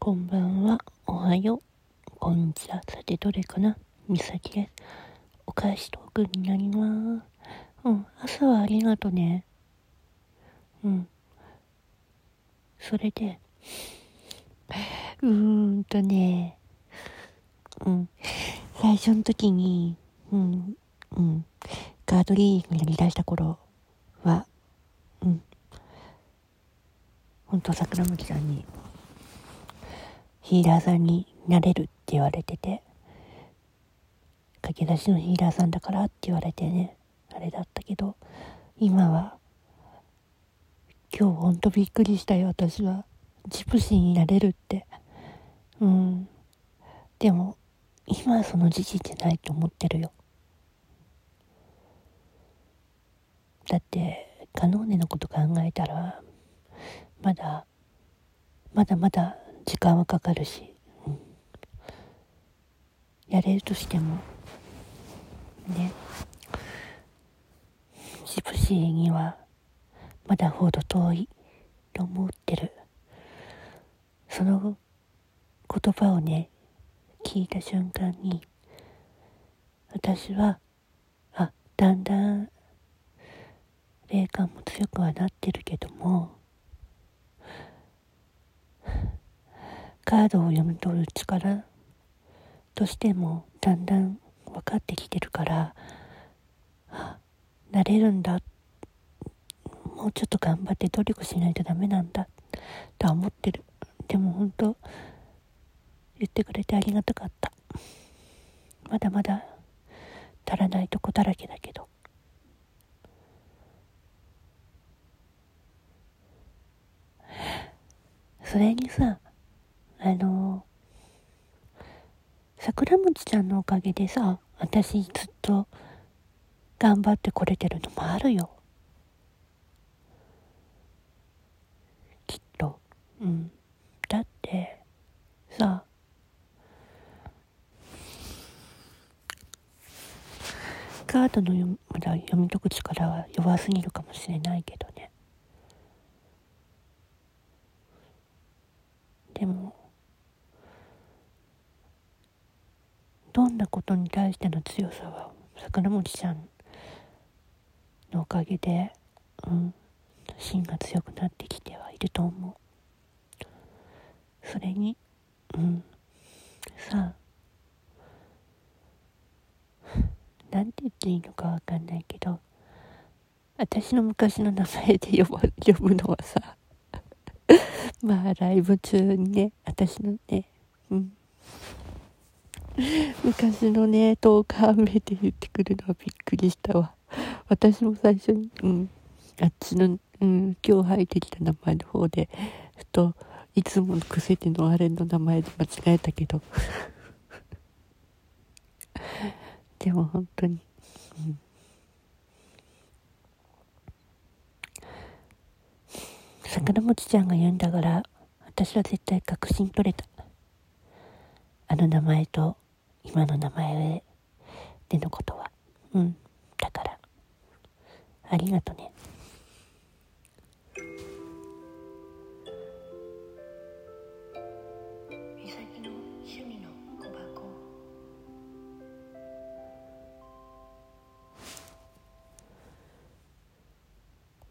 こんばんは、おはよう、こんにちは。さてどれかな、みさきです。お返しトークになります。朝はありがとね。それでね、最初の時にガードリーグやりだした頃は本当桜餅さんにヒーラーさんになれるって言われてて、駆け出しのヒーラーさんだからって言われてね、あれだったけど、今は今日ほんとびっくりしたよ。私はジプシーになれるって。でも今はその時期じゃないと思ってるよ。だってカノーネのこと考えたらまだ時間はかかるし、やれるとしてもね、ジプシーにはまだほど遠いと思ってる。その言葉をね、聞いた瞬間に私はだんだん霊感も強くはなってるけども、カードを読み取る力としてもだんだん分かってきてるから、なれるんだ、もうちょっと頑張って努力しないとダメなんだとは思ってる。でも本当言ってくれてありがたかった。まだまだ足らないとこだらけだけど、それにさ、桜餅ちゃんのおかげでさ、私ずっと頑張ってこれてるのもあるよ、きっと。だってさ、カードのまだ読み解く力は弱すぎるかもしれないけどね。でもどんなことに対しての強さは桜餅ちゃんのおかげで芯が強くなってきてはいると思う。それにさあ、なんて言っていいのかわかんないけど、私の昔の名前で呼ぶのはさライブ中にね、私のね昔のねトーカー名で言ってくるのはびっくりしたわ。私も最初にあっちの今日入ってきた名前の方でふといつもの癖でのあれの名前で間違えたけどでも本当に桜餅ちゃんが言うんだから、私は絶対確信取れた。あの名前と今の名前でのことはだからありがとね。